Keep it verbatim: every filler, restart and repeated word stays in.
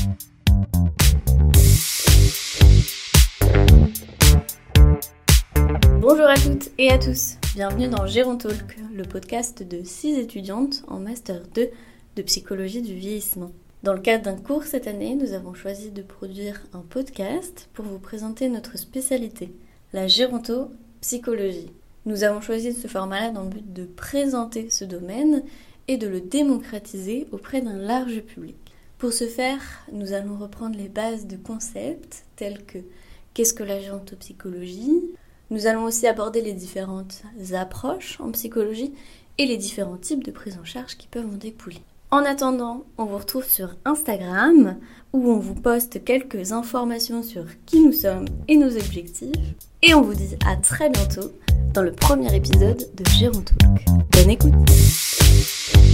Bonjour à toutes et à tous, bienvenue dans Gérontalk, le podcast de six étudiantes en Master deux de psychologie du vieillissement. Dans le cadre d'un cours cette année, nous avons choisi de produire un podcast pour vous présenter notre spécialité, la gérontopsychologie. Nous avons choisi ce format-là dans le but de présenter ce domaine et de le démocratiser auprès d'un large public. Pour ce faire, nous allons reprendre les bases de concepts tels que qu'est-ce que la gérontopsychologie ? Nous allons aussi aborder les différentes approches en psychologie et les différents types de prise en charge qui peuvent en découler. En attendant, on vous retrouve sur Instagram où on vous poste quelques informations sur qui nous sommes et nos objectifs. Et on vous dit à très bientôt dans le premier épisode de Gérontalk. Bonne écoute!